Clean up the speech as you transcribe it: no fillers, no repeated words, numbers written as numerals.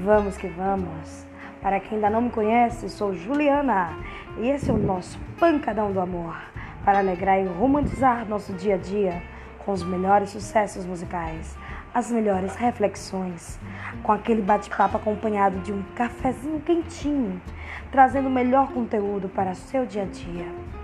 Vamos que vamos! Para quem ainda não me conhece, sou Juliana e esse é o nosso Pancadão do Amor, para alegrar e romantizar nosso dia a dia com os melhores sucessos musicais, as melhores reflexões, com aquele bate-papo acompanhado de um cafezinho quentinho, trazendo o melhor conteúdo para o seu dia a dia.